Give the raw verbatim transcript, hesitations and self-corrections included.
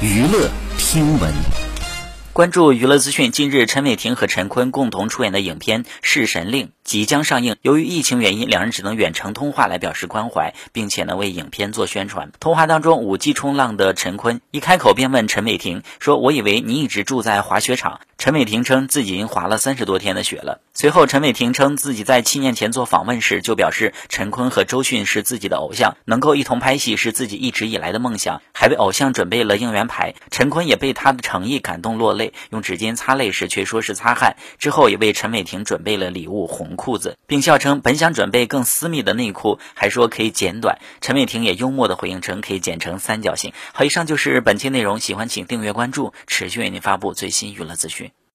娱乐听闻。关注娱乐资讯，近日陈伟霆和陈坤共同出演的影片《弑神令》即将上映。由于疫情原因，两人只能远程通话来表示关怀，并且呢为影片做宣传。通话当中，五 G 冲浪的陈坤一开口便问陈伟霆说：“我以为你一直住在滑雪场。”陈伟霆称自己已经滑了三十多天的雪了。随后，陈伟霆称自己在七年前做访问时就表示陈坤和周迅是自己的偶像，能够一同拍戏是自己一直以来的梦想，还为偶像准备了应援牌。陈坤也被他的诚意感动落泪，用纸巾擦泪时却说是擦汗。之后也为陈伟霆准备了礼物红裤子，并笑称本想准备更私密的内裤，还说可以剪短。陈伟霆也幽默的回应称可以剪成三角形。好，以上就是本期内容，喜欢请订阅关注，持续为您发布最新娱乐资讯。